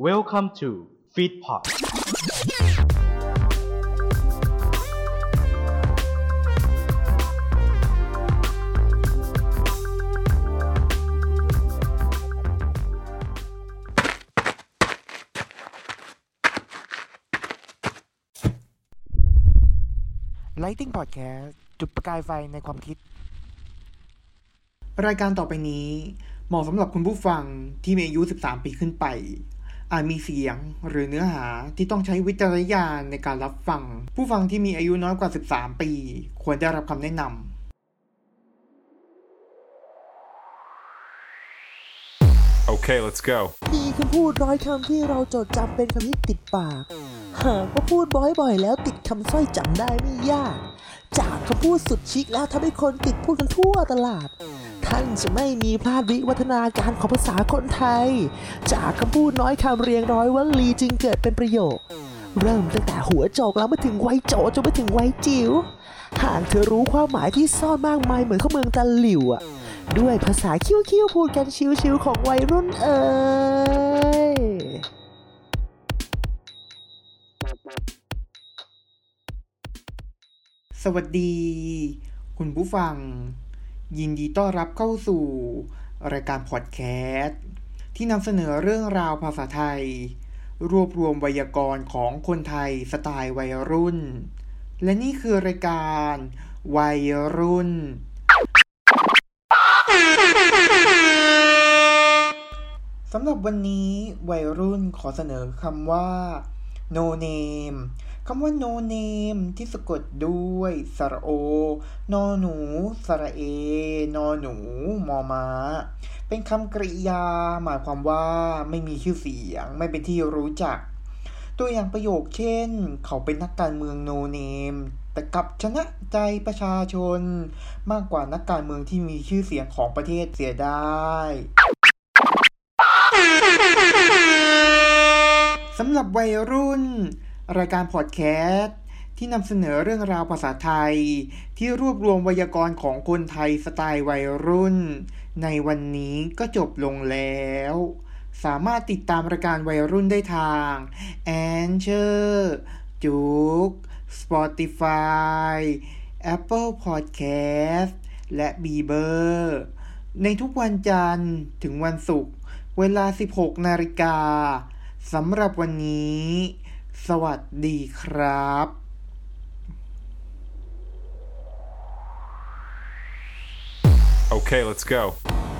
Welcome to Feedpot Lighting Podcast จุดประกายไฟในความคิดรายการต่อไปนี้เหมาะสำหรับคุณผู้ฟังที่มีอายุ13 ปีขึ้นไปอาจมีเสียงหรือเนื้อหาที่ต้องใช้วิจารณญาณในการรับฟังผู้ฟังที่มีอายุน้อยกว่า13 ปีควรได้รับคำแนะนำ Okay, let's go. มีคำพูด100 คำที่เราจดจำเป็นคำที่ติดปากหากว่าพูดบ่อยๆแล้วติดคำสร้อยจำได้ไม่ยากจากคำพูดสุดชิคแล้วทำให้คนติดพูดกันทั่วตลาดท่านจะไม่มีพลาดวิวัฒนาการของภาษาคนไทยจากคำพูดน้อยคำเรียงร้อยวลีจึงเกิดเป็นประโยคเริ่มตั้งแต่หัวโจกแล้วมาถึงวัยโจจนไปถึงวัยจิ๋วหากเธอรู้ความหมายที่ซ่อนมากมายเหมือนข้าวเมืองตะหลิวอะด้วยภาษาคิ้วๆพูดกันชิวๆของวัยรุ่นสวัสดีคุณผู้ฟังยินดีต้อนรับเข้าสู่รายการพอดแคสต์ที่นำเสนอเรื่องราวภาษาไทยรวบรวมไวยากรณ์ของคนไทยสไตล์วัยรุ่นและนี่คือรายการวัยรุ่นสำหรับวันนี้วัยรุ่นขอเสนอคำว่า no name คำว่า no name ที่สะกดด้วยสระโอนอหนูสระเอนอหนูมอม้าเป็นคำกริยาหมายความว่าไม่มีชื่อเสียงไม่เป็นที่รู้จักตัวอย่างประโยคเช่นเขาเป็นนักการเมือง no name แต่กลับชนะใจประชาชนมากกว่านักการเมืองที่มีชื่อเสียงของประเทศเสียได้สำหรับวัยรุ่นรายการพอดแคสต์ที่นำเสนอเรื่องราวภาษาไทยที่รวบรวมไวยากรณ์ของคนไทยสไตล์วัยรุ่นในวันนี้ก็จบลงแล้วสามารถติดตามรายการวัยรุ่นได้ทาง Anchor จุก Spotify Apple Podcast และ Bieber ในทุกวันจันทร์ถึงวันศุกร์เวลา 16 นาฬิกาสำหรับวันนี้สวัสดีครับ Okay, let's go.